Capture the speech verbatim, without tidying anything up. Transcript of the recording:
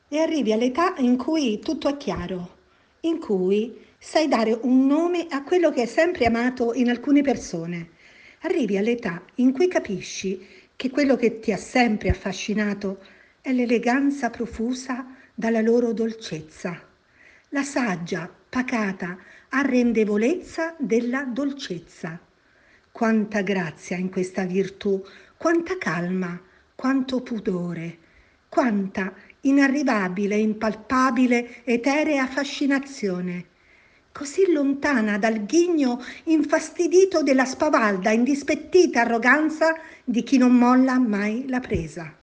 E arrivi all'età in cui tutto è chiaro, in cui sai dare un nome a quello che hai sempre amato in alcune persone. Arrivi all'età in cui capisci che quello che ti ha sempre affascinato è l'eleganza profusa dalla loro dolcezza, la saggia, pacata arrendevolezza della dolcezza. Quanta grazia in questa virtù, quanta calma, quanto pudore, quanta inarrivabile, impalpabile, eterea fascinazione, così lontana dal ghigno infastidito della spavalda, indispettita arroganza di chi non molla mai la presa.